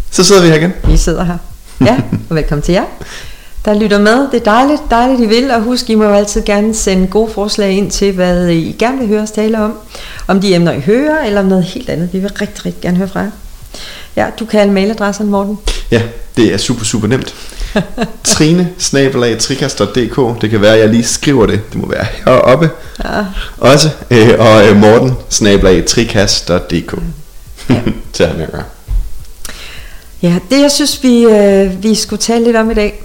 Så sidder vi her igen. Vi sidder her. Ja, og velkommen til jer, der lytter med. Det er dejligt I vil. Og husk, I må jo altid gerne sende gode forslag ind til, hvad I gerne vil høre os tale om. Om de emner, I hører, eller om noget helt andet. Vi vil rigtig, rigtig gerne høre fra jer. Ja, du kan alle mailadressen, Morten. Ja, det er super nemt. Trine@trikast.dk. Det kan være, at jeg lige skriver det. Det må være heroppe. Ja. Også. Og Morten@trikast.dk. Ja. Til at gøre. Ja, det jeg synes vi skulle tale lidt om i dag,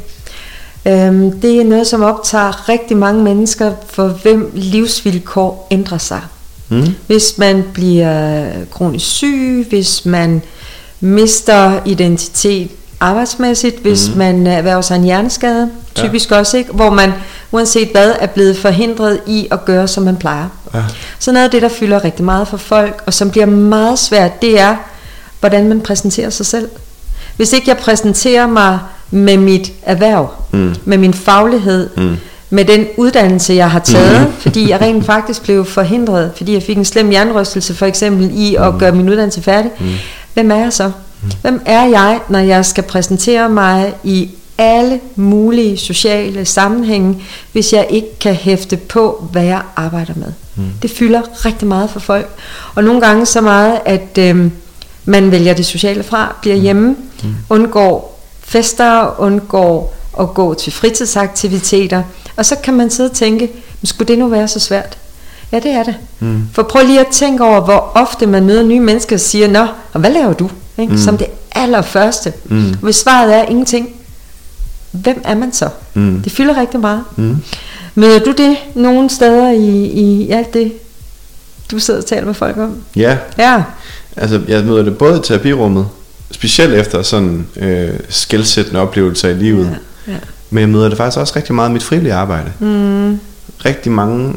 det er noget som optager rigtig mange mennesker, for hvem livsvilkår ændrer sig. Hvis man bliver kronisk syg, hvis man mister identitet arbejdsmæssigt, hvis man erhverver sig en hjerneskade, typisk også, ikke? Hvor man uanset hvad er blevet forhindret i at gøre som man plejer. Så noget af det der fylder rigtig meget for folk, og som bliver meget svært, det er hvordan man præsenterer sig selv. Hvis ikke jeg præsenterer mig med mit erhverv, med min faglighed, med den uddannelse jeg har taget, fordi jeg rent faktisk blev forhindret, fordi jeg fik en slem hjernerystelse for eksempel i at gøre min uddannelse færdig. Hvem er jeg så? Hvem er jeg, når jeg skal præsentere mig i alle mulige sociale sammenhænge, hvis jeg ikke kan hæfte på, hvad jeg arbejder med? Det fylder rigtig meget for folk, og nogle gange så meget, at man vælger det sociale fra, bliver hjemme, undgår fester, undgår at gå til fritidsaktiviteter, og så kan man sidde og tænke, men skulle det nu være så svært? Ja, det er det. For prøv lige at tænke over, hvor ofte man møder nye mennesker og siger, nå, og hvad laver du? Som det allerførste. Hvis svaret er ingenting, hvem er man så? Det fylder rigtig meget. Møder du det nogle steder i alt det, du sidder og taler med folk om? Ja. Altså, jeg møder det både i terapirummet, specielt efter sådan skelsættende oplevelser i livet. Men jeg møder det faktisk også rigtig meget i mit frivillige arbejde. Rigtig mange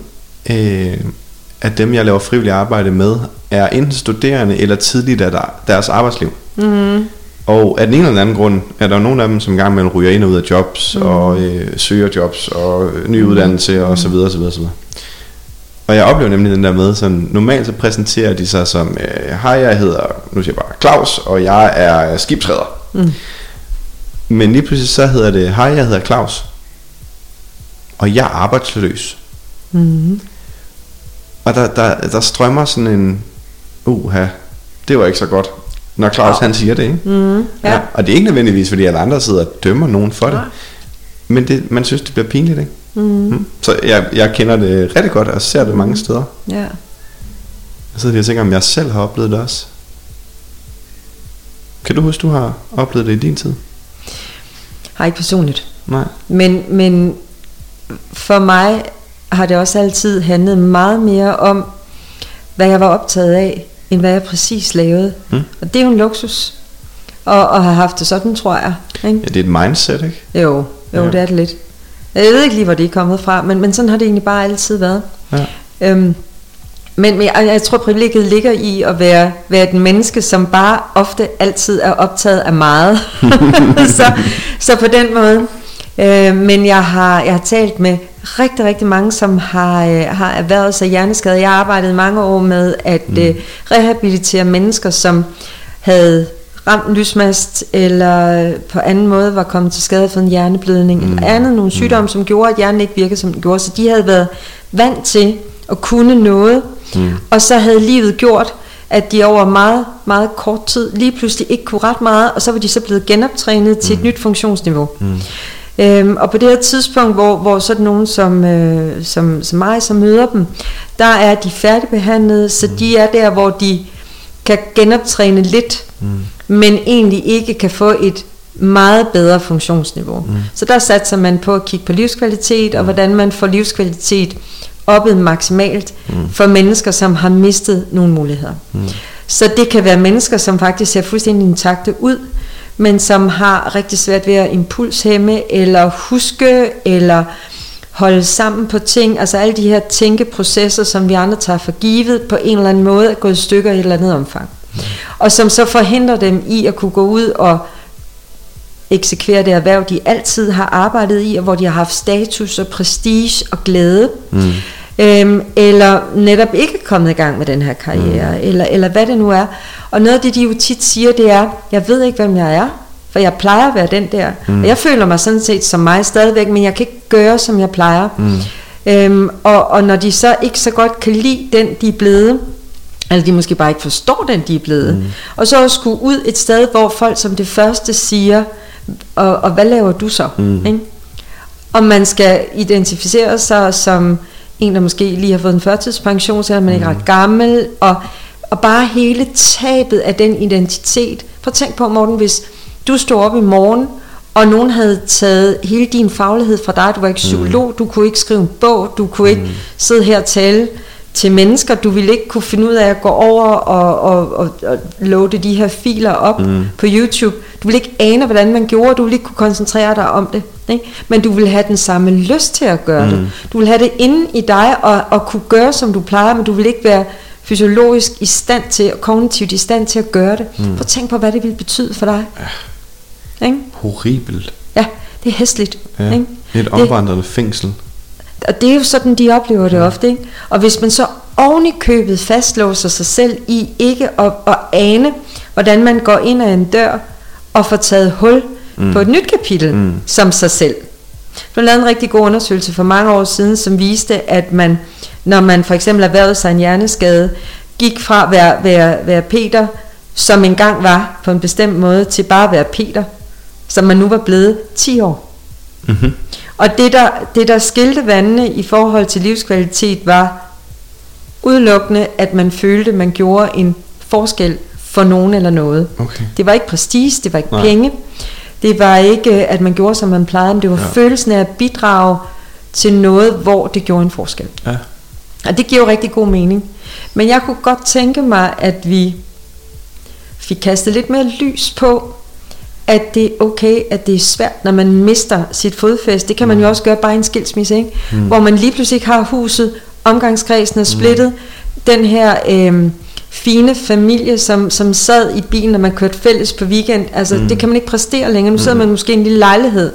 af dem, jeg laver frivillige arbejde med, er enten studerende eller tidligt af deres arbejdsliv. Og af den ene eller anden grund er der nogle af dem, som engang imellem ryger ind og ud af jobs, og søger jobs, og ny uddannelse, og så videre, så videre, så videre. Og jeg oplever nemlig den der med, sådan, normalt så præsenterer de sig som, hej, jeg hedder, nu siger jeg bare Claus, og jeg er skibsreder. Men lige pludselig så hedder det, hej, jeg hedder Claus, og jeg er arbejdsløs. Og der strømmer sådan en, det var ikke så godt, når Claus han siger det, ikke? Ja. Og det er ikke nødvendigvis, fordi alle andre sidder og dømmer nogen for det, men man synes, det bliver pinligt, ikke? Så jeg kender det rigtig godt, og ser det mange steder. Jeg sidder lige og tænker, om jeg selv har oplevet det også. Kan du huske, du har oplevet det i din tid? Har ikke personligt. Nej. Men for mig har det også altid handlet meget mere om, hvad jeg var optaget af, end hvad jeg præcis lavede. Og det er jo en luksus at have haft det sådan, tror jeg, ikke? Ja, det er et mindset, ikke? Jo, det er det lidt. Jeg ved ikke lige, hvor det er kommet fra, men sådan har det egentlig bare altid været. Men jeg tror, privilegiet ligger i at være et menneske, som bare ofte altid er optaget af meget. så på den måde. Men jeg har talt med rigtig, rigtig mange, som har erhvervet sig hjerneskade. Jeg har arbejdet mange år med at rehabilitere mennesker, som havde ramt en lysmast, eller på anden måde var kommet til skade for en hjerneblødning, eller andet, nogle sygdomme, som gjorde, at hjernen ikke virkede, som den gjorde. Så de havde været vant til at kunne noget, og så havde livet gjort, at de over meget, meget kort tid lige pludselig ikke kunne ret meget, og så var de så blevet genoptrænet til et nyt funktionsniveau. Og på det her tidspunkt, hvor sådan nogen som mig, som møder dem, der er de færdigbehandlede, så de er der, hvor de kan genoptræne lidt, men egentlig ikke kan få et meget bedre funktionsniveau. Så der satser man på at kigge på livskvalitet, og hvordan man får livskvalitet oppet maksimalt for mennesker, som har mistet nogle muligheder. Så det kan være mennesker, som faktisk ser fuldstændig intakte ud, men som har rigtig svært ved at impulshæmme, eller huske, eller holde sammen på ting, altså alle de her tænkeprocesser, som vi andre tager for givet, på en eller anden måde er gået i stykker i et eller andet omfang. Og som så forhindrer dem i at kunne gå ud og eksekvere det erhverv, de altid har arbejdet i, og hvor de har haft status og prestige og glæde. eller netop ikke kommet i gang med den her karriere, eller hvad det nu er. Og noget af det, de jo tit siger, det er, jeg ved ikke, hvem jeg er, for jeg plejer at være den der. Og jeg føler mig sådan set som mig stadigvæk, men jeg kan ikke gøre, som jeg plejer. Og når de så ikke så godt kan lide den, de er blevet, eller de måske bare ikke forstår den, de er blevet, og så skulle ud et sted, hvor folk som det første siger, og hvad laver du så? Ikke? Og man skal identificere sig som en, der måske lige har fået en førtidspension, selvom man ikke er ret gammel, og bare hele tabet af den identitet. Prøv at tænk på, Morten, hvis du stod op i morgen, og nogen havde taget hele din faglighed fra dig. Du var ikke psykolog, du kunne ikke skrive en bog, du kunne ikke sidde her og tale til mennesker, du ville ikke kunne finde ud af at gå over og loade de her filer op på YouTube. Du ville ikke ane, hvordan man gjorde, du ville ikke kunne koncentrere dig om det. Ikke? Men du ville have den samme lyst til at gøre det. Du ville have det inde i dig og kunne gøre, som du plejer, men du ville ikke være fysiologisk i stand til, og kognitivt i stand til at gøre det. Prøv at tænk på, hvad det ville betyde for dig. Ja. Ikke? Horribelt. Ja, det er hæsligt. Ja. Ikke? Et omvandrende fængsel. Og det er jo sådan, de oplever det ofte. Ikke? Og hvis man så oven i købet fastlåser sig selv i ikke at ane, hvordan man går ind ad en dør og får taget hul på et nyt kapitel som sig selv. Der lavede en rigtig god undersøgelse for mange år siden, som viste, at man, når man for eksempel erhvervede sig en hjerneskade, gik fra at være Peter, som engang var på en bestemt måde, til bare at være Peter, som man nu var blevet 10 år. Og det der skilte vandene i forhold til livskvalitet, var udelukkende, at man følte, man gjorde en forskel for nogen eller noget. Okay. Det var ikke prestige, det var ikke penge, det var ikke, at man gjorde, som man plejede, men det var følelsen af at bidrage til noget, hvor det gjorde en forskel. Ja. Og det giver jo rigtig god mening. Men jeg kunne godt tænke mig, at vi fik kastet lidt mere lys på, at det er okay, at det er svært, når man mister sit fodfæste. Det kan man jo også gøre bare i en skilsmisse, ikke? Hvor man lige pludselig ikke har huset, omgangskredsen er splittet, den her fine familie, som sad i bilen, når man kørte fælles på weekend, altså det kan man ikke præstere længere. Nu sidder man måske i en lille lejlighed,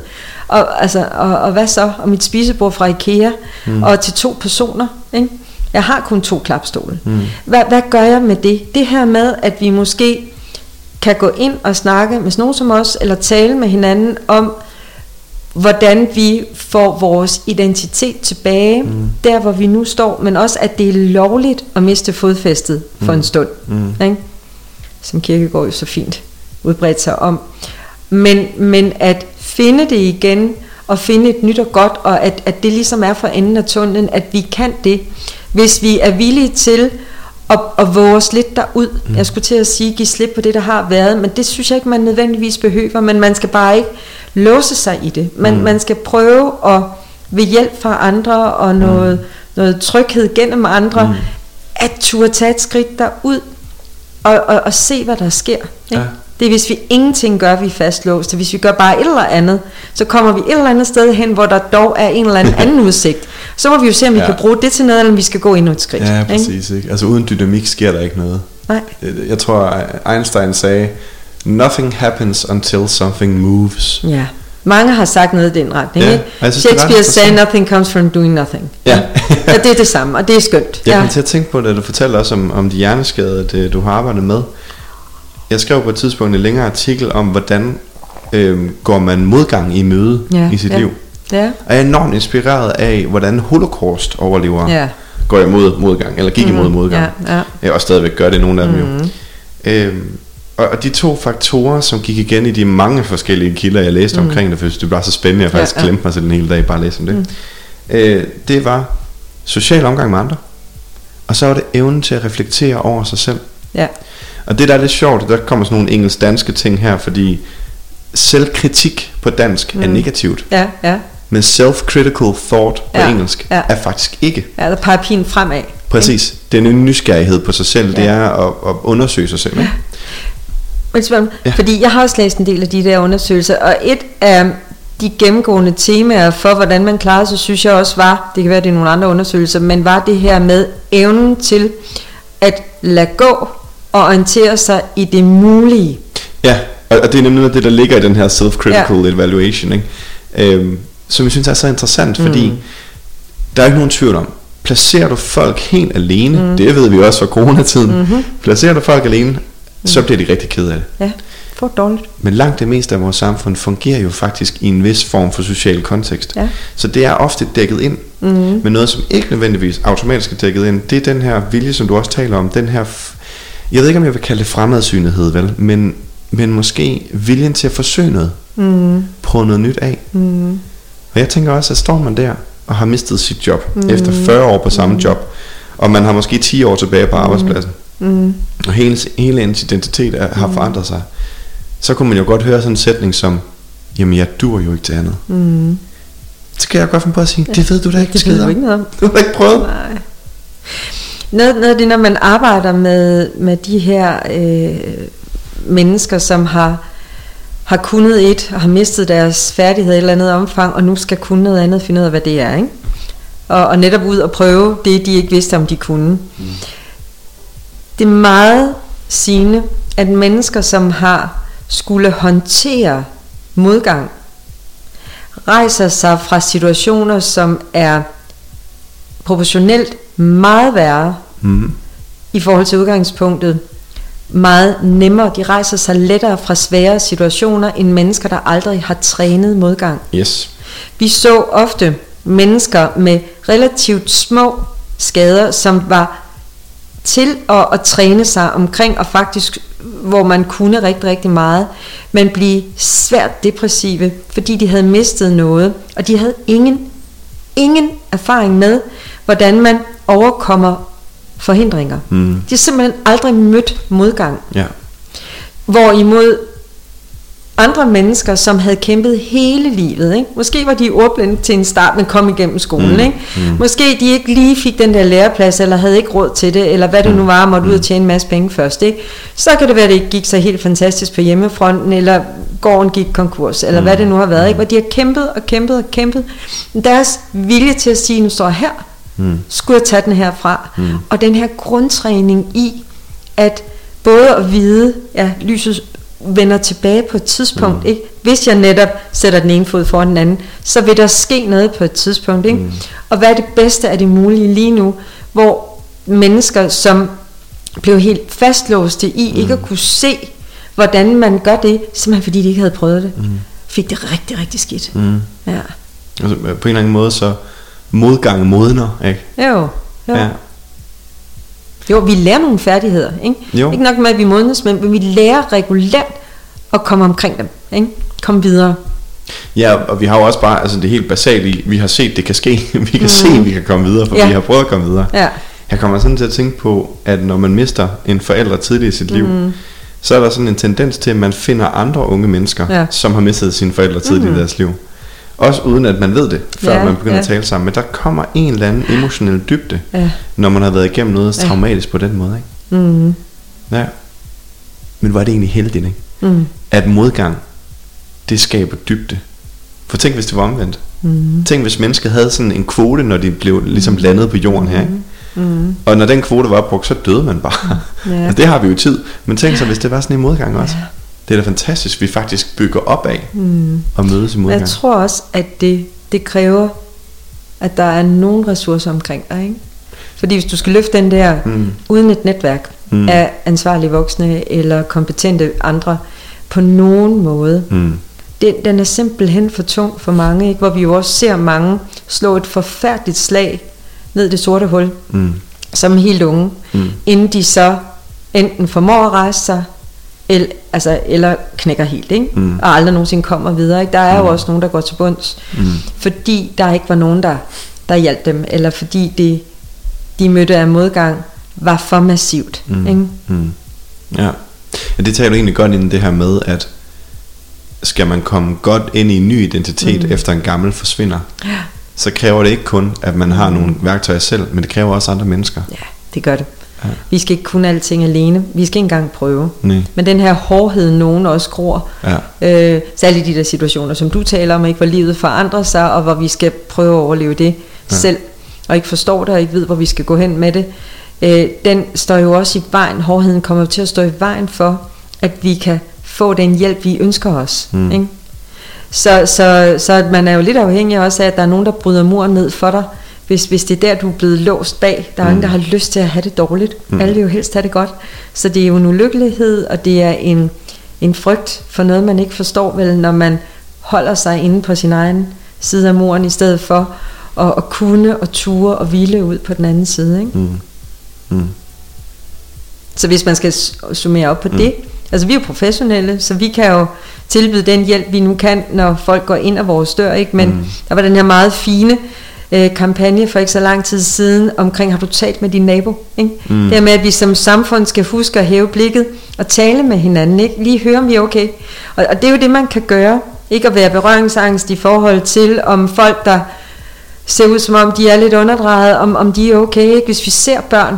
og hvad så? Og mit spisebord fra IKEA, og til 2 personer, ikke? Jeg har kun 2 klapstole. Hvad gør jeg med det? Det her med, at vi måske kan gå ind og snakke med nogen som os, eller tale med hinanden om, hvordan vi får vores identitet tilbage, der hvor vi nu står, men også at det er lovligt at miste fodfæstet for en stund, ikke? Som Kierkegaard jo så fint udbredt sig om, men at finde det igen, og finde et nyt og godt, og at det ligesom er for enden af tunnelen, at vi kan det, hvis vi er villige til at våge os lidt derud. Jeg skulle til at sige, give slip på det, der har været, men det synes jeg ikke, man nødvendigvis behøver, men man skal bare ikke låse sig i det. Man skal prøve at ved hjælp fra andre, og noget tryghed gennem andre, at turde tage et skridt derud, og se, hvad der sker. Ikke? Ja. Det er, hvis vi ingenting gør, vi er fastlåst. Hvis vi gør bare et eller andet, så kommer vi et eller andet sted hen, hvor der dog er en eller anden udsigt. Så må vi jo se, om vi kan bruge det til noget, eller om vi skal gå endnu et skridt. Ja, præcis. Ikke? Altså uden dynamik sker der ikke noget. Nej. Jeg tror, Einstein sagde, nothing happens until something moves. Ja. Mange har sagt noget i den retning. Ja, ikke? Shakespeare sagde, nothing comes from doing nothing. Ja. Og det er det samme, og det er skønt. Jeg kom til at tænke på det, du fortalte også om de hjerneskadede, du har arbejdet med. Jeg skrev på et tidspunkt en længere artikel om, hvordan går man modgang i møde i sit liv. Ja. Og jeg er enormt inspireret af, hvordan Holocaust-overlevere går imod modgang, eller gik imod modgang. Og stadigvæk gør det, nogle af dem jo. Og de 2 faktorer, som gik igen i de mange forskellige kilder, jeg læste omkring det, for det var så spændende, jeg faktisk glemte mig selv en hel dag bare at læse om det. Det var social omgang med andre, og så var det evnen til at reflektere over sig selv. Ja. Og det der er lidt sjovt, der kommer sådan nogle engelsk-danske ting her, fordi selvkritik på dansk er negativt. Ja, ja. Men self-critical thought på engelsk er faktisk ikke. Ja, der peger pilen fremad. Præcis. Det er en nysgerrighed på sig selv, det er at undersøge sig selv. Fordi jeg har også læst en del af de der undersøgelser, og et af de gennemgående temaer for, hvordan man klarer sig, synes jeg også var, det kan være, det er nogle andre undersøgelser, men var det her med evnen til at lade gå og orientere sig i det mulige. Ja, og det er nemlig noget det, der ligger i den her self-critical evaluation, ikke? Som jeg synes er så interessant, fordi der er ikke nogen tvivl om, placerer du folk helt alene, det ved vi også fra coronatiden, placerer du folk alene, så bliver de rigtig ked af det. Ja, for dårligt. Men langt det meste af vores samfund fungerer jo faktisk i en vis form for social kontekst. Ja. Så det er ofte dækket ind. Men noget, som ikke nødvendigvis automatisk er dækket ind, det er den her vilje, som du også taler om. Den her, jeg ved ikke, om jeg vil kalde det fremadsynethed, vel? Men måske viljen til at forsøge noget. Prøve noget nyt af. Og jeg tænker også, at står man der og har mistet sit job efter 40 år på samme job, og man har måske 10 år tilbage på arbejdspladsen, og hele ens identitet har forandret sig, så kunne man jo godt høre sådan en sætning som, jamen jeg dur jo ikke til andet. Så kan jeg godt finde på at sige, det ved du da ikke. Det ved du ikke noget om. Du har ikke prøvet. Nej. Noget af det, når man arbejder med de her mennesker, som har kunnet et, og har mistet deres færdighed i et eller andet omfang, og nu skal kunne noget andet, finde ud af, hvad det er, ikke? Og netop ud og prøve det, de ikke vidste, om de kunne. Det er meget sigende, at mennesker, som har skulle håndtere modgang, rejser sig fra situationer, som er proportionelt meget værre i forhold til udgangspunktet, meget nemmere. De rejser sig lettere fra svære situationer end mennesker, der aldrig har trænet modgang. Yes. Vi så ofte mennesker med relativt små skader, som var til at træne sig omkring, og faktisk hvor man kunne rigtig, rigtig meget, men blive svært depressive, fordi de havde mistet noget, og de havde ingen erfaring med, hvordan man overkommer forhindringer. De har simpelthen aldrig mødt modgang. Ja. Hvorimod andre mennesker, som havde kæmpet hele livet, ikke? Måske var de ordblinde til en start, men kom igennem skolen, ikke? Måske de ikke lige fik den der læreplads, eller havde ikke råd til det, eller hvad det nu var, måtte ud og tjene en masse penge først, ikke? Så kan det være, at det ikke gik så helt fantastisk på hjemmefronten, eller gården gik konkurs, eller hvad det nu har været, ikke? Hvor de har kæmpet. Deres vilje til at sige, nu står jeg her, skulle jeg tage den herfra, og den her grundtræning i, at både at vide, ja, lyset vender tilbage på et tidspunkt, ikke? Hvis jeg netop sætter den ene fod foran den anden, så vil der ske noget på et tidspunkt, ikke? Og hvad er det bedste af det mulige lige nu, hvor mennesker, som blev helt fastlåste i ikke at kunne se, hvordan man gør det, simpelthen fordi de ikke havde prøvet det, fik det rigtig, rigtig skidt. Ja. Altså, på en eller anden måde, så modgang modner, ikke? Jo. Ja. Jo, vi lærer nogle færdigheder, ikke? Jo. Ikke nok med, at vi modnes, men vi lærer regulært at komme omkring dem, ikke? Komme videre. Ja, og vi har jo også bare, altså det helt basalt i, vi har set, det kan ske. Vi kan se, at vi kan komme videre, for vi har prøvet at komme videre. Ja. Jeg kommer sådan til at tænke på, at når man mister en forælder tidligt i sit liv, så er der sådan en tendens til, at man finder andre unge mennesker, som har mistet sine forældre tidligt i deres liv. Også uden at man ved det, før man begynder at tale sammen. Men der kommer en eller anden emotionel dybde, når man har været igennem noget traumatisk på den måde, ikke? Ja. Men hvor er det egentlig heldigt, ikke? At modgang, det skaber dybde. For tænk, hvis det var omvendt. Tænk, hvis mennesker havde sådan en kvote, når de blev ligesom landet på jorden her, ikke? Og når den kvote var opbrugt, så døde man bare. Altså, det har vi jo tid. Men tænk så, hvis det var sådan en modgang også. Det er da fantastisk, vi faktisk bygger op af og mødes i modgang. Jeg tror også, at det kræver, at der er nogle ressourcer omkring dig, ikke? Fordi hvis du skal løfte den der uden et netværk af ansvarlige voksne eller kompetente andre på nogen måde, den er simpelthen for tung for mange, ikke? Hvor vi jo også ser mange slå et forfærdeligt slag ned i det sorte hul som helt unge, inden de så enten formår at rejse sig, eller knækker helt, ikke? Og aldrig nogensinde kommer videre, ikke? Der er jo også nogen, der går til bunds, fordi der ikke var nogen, der hjalp dem, eller fordi de mødte af modgang var for massivt, ikke? Ja, det taler egentlig godt ind i det her med, at skal man komme godt ind i en ny identitet efter en gammel forsvinder, så kræver det ikke kun, at man har nogle værktøjer selv, men det kræver også andre mennesker. Ja, det gør det. Ja. Vi skal ikke kunne alting alene. Vi skal ikke engang prøve. Nej. Men den her hårdhed, nogen også gror, særligt i de der situationer, som du taler om, ikke, hvor livet forandrer sig, og hvor vi skal prøve at overleve det selv, og ikke forstår det, og ikke ved, hvor vi skal gå hen med det. Den står jo også i vejen. Hårdheden kommer til at stå i vejen for, at vi kan få den hjælp, vi ønsker os. Ikke? Så man er jo lidt afhængig også af, at der er nogen, der bryder muren ned for dig, hvis det er der, du er blevet låst bag. Der er ingen, der har lyst til at have det dårligt. Alle vil jo helst have det godt. Så det er jo en ulykkelighed, og det er en frygt for noget, man ikke forstår, vel, når man holder sig inde på sin egen side af muren, i stedet for at kunne og ture og hvile ud på den anden side, ikke? Så hvis man skal summere op på det, altså vi er jo professionelle, så vi kan jo tilbyde den hjælp, vi nu kan, når folk går ind ad vores dør, ikke? Men der var den her meget fine kampagne for ikke så lang tid siden omkring, har du talt med din nabo, ikke? Det her med, at vi som samfund skal huske at hæve blikket og tale med hinanden, ikke? Lige høre, om vi er okay. Og det er jo det, man kan gøre, ikke at være berøringsangst i forhold til, om folk, der ser ud som om de er lidt underdrejet, om de er okay, ikke? Hvis vi ser børn,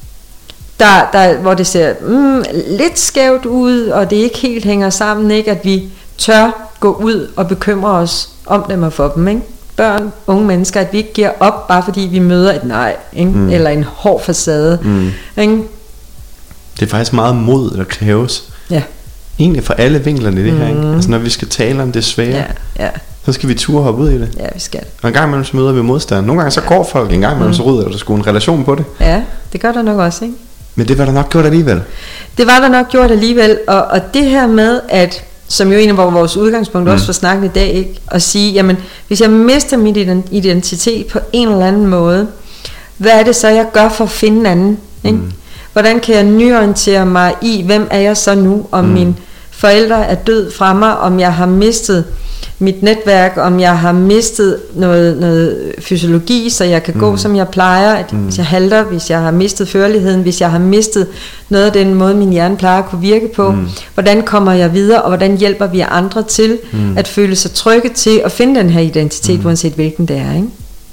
hvor det ser lidt skævt ud, og det ikke helt hænger sammen, ikke? At vi tør gå ud og bekymre os om dem og for dem, ikke? Børn, unge mennesker, at vi ikke giver op, bare fordi vi møder et nej, ikke? Eller en hård facade, ikke? Det er faktisk meget mod, der kræves. Ja. Egentlig fra alle vinklerne i det her, ikke? Altså når vi skal tale om det svære, så skal vi turde hoppe ud i det. Ja, vi skal. Og en gang imellem så møder vi modstand. Nogle gange så går folk, en gang imellem så rydder der sgu en relation på det. Ja, det gør der nok også, ikke? Men det var der nok gjort alligevel. Det var der nok gjort alligevel, og det her med, at, som jo en af vores udgangspunkter også for snakken i dag, ikke? At sige, jamen, hvis jeg mister min identitet på en eller anden måde, hvad er det så, jeg gør for at finde en anden, ikke? Hvordan kan jeg nyorientere mig i, hvem er jeg så nu, om mine forældre er død fra mig, om jeg har mistet mit netværk, om jeg har mistet noget fysiologi, så jeg kan gå som jeg plejer, hvis jeg halter, hvis jeg har mistet førligheden, hvis jeg har mistet noget af den måde min hjerne plejer at kunne virke på, hvordan kommer jeg videre, og hvordan hjælper vi andre til at føle sig trygge til at finde den her identitet, uanset hvilken det er, ikke?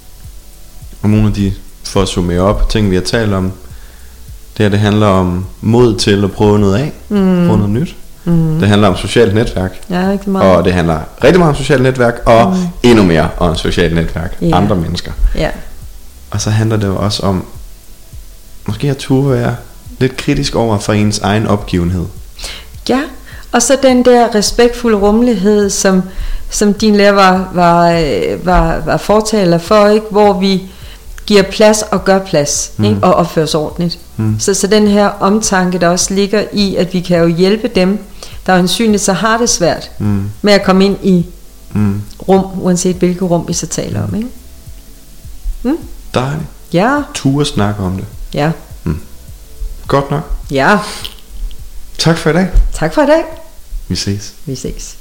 Og nogle af de, for at summere op, ting vi har talt om, det handler om mod til at prøve noget af, prøve noget nyt. Det handler om socialt netværk, rigtig meget. Og det handler rigtig meget om socialt netværk, og endnu mere om socialt netværk, andre mennesker. Og så handler det jo også om måske at turde være lidt kritisk over for ens egen opgivenhed. Ja, og så den der respektfulde rummelighed, som din lærer var fortaler for, ikke? Hvor vi giver plads og gør plads, ikke? Og opfører os ordentligt. Så den her omtanke, der også ligger i, at vi kan jo hjælpe dem, der øjensynligt så har det svært med at komme ind i rum, uanset hvilket rum vi så taler om, ikke? Dejligt. Ja. Ture snakke om det. Ja. Godt nok. Ja. Tak for i dag. Tak for i dag. Vi ses. Vi ses.